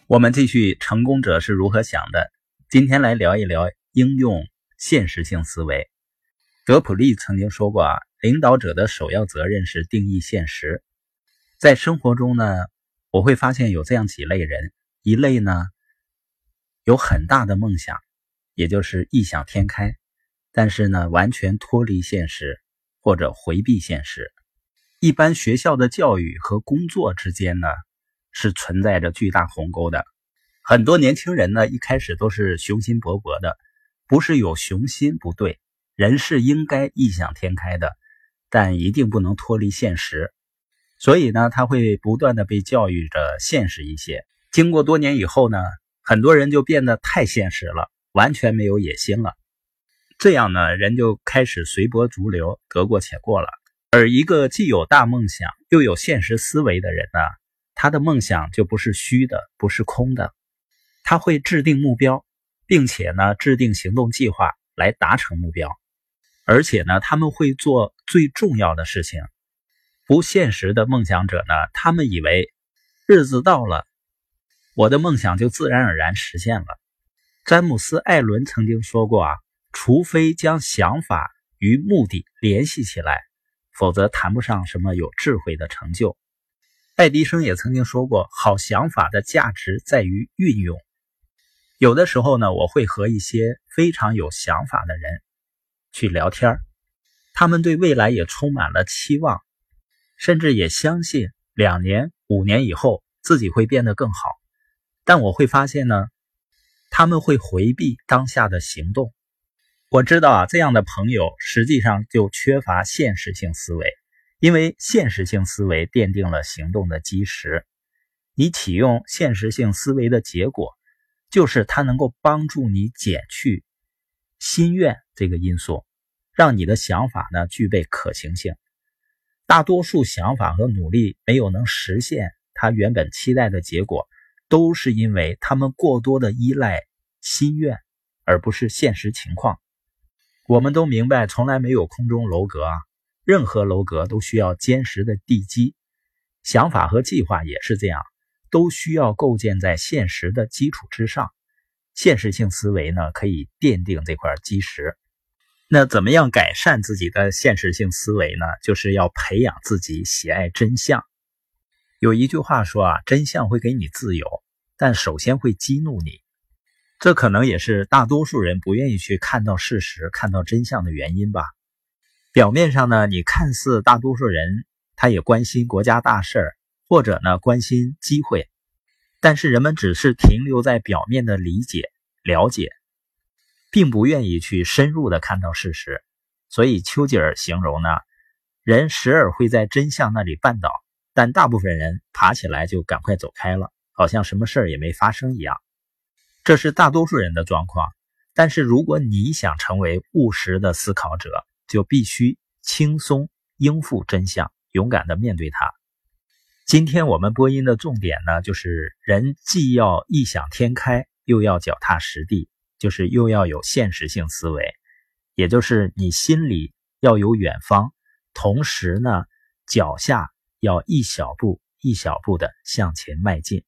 我们继续成功者是如何想的。今天来聊一聊应用现实性思维。德普利曾经说过领导者的首要责任是定义现实。在生活中呢，我会发现有这样几类人。一类呢，有很大的梦想，也就是异想天开，但是呢，完全脱离现实或者回避现实。一般学校的教育和工作之间呢，是存在着巨大鸿沟的。很多年轻人呢，一开始都是雄心勃勃的，不是有雄心不对，人是应该异想天开的，但一定不能脱离现实。所以呢，他会不断的被教育着现实一些。经过多年以后呢，很多人就变得太现实了，完全没有野心了。这样呢，人就开始随波逐流，得过且过了。而一个既有大梦想又有现实思维的人呢，他的梦想就不是虚的，不是空的。他会制定目标，并且呢，制定行动计划来达成目标。而且呢，他们会做最重要的事情。不现实的梦想者呢，他们以为日子到了，我的梦想就自然而然实现了。詹姆斯·艾伦曾经说过除非将想法与目的联系起来，否则谈不上什么有智慧的成就。爱迪生也曾经说过，好想法的价值在于运用。有的时候呢，我会和一些非常有想法的人去聊天，他们对未来也充满了期望，甚至也相信2年、5年以后自己会变得更好。但我会发现呢，他们会回避当下的行动。我知道这样的朋友实际上就缺乏现实性思维，因为现实性思维奠定了行动的基石。你启用现实性思维的结果，就是它能够帮助你减去心愿这个因素，让你的想法呢具备可行性。大多数想法和努力没有能实现他原本期待的结果，都是因为他们过多的依赖心愿，而不是现实情况。我们都明白，从来没有空中楼阁任何楼阁都需要坚实的地基。想法和计划也是这样，都需要构建在现实的基础之上。现实性思维呢，可以奠定这块基石。那怎么样改善自己的现实性思维呢？就是要培养自己喜爱真相。有一句话说真相会给你自由，但首先会激怒你。这可能也是大多数人不愿意去看到事实、看到真相的原因吧。表面上呢，你看似大多数人他也关心国家大事，或者呢关心机会，但是人们只是停留在表面的理解、了解，并不愿意去深入的看到事实。所以丘吉尔形容呢，人时而会在真相那里绊倒，但大部分人爬起来就赶快走开了，好像什么事也没发生一样。这是大多数人的状况。但是如果你想成为务实的思考者，就必须轻松应付真相，勇敢的面对它。今天我们播音的重点呢，就是人既要异想天开，又要脚踏实地，就是又要有现实性思维，也就是你心里要有远方，同时呢，脚下要一小步一小步的向前迈进。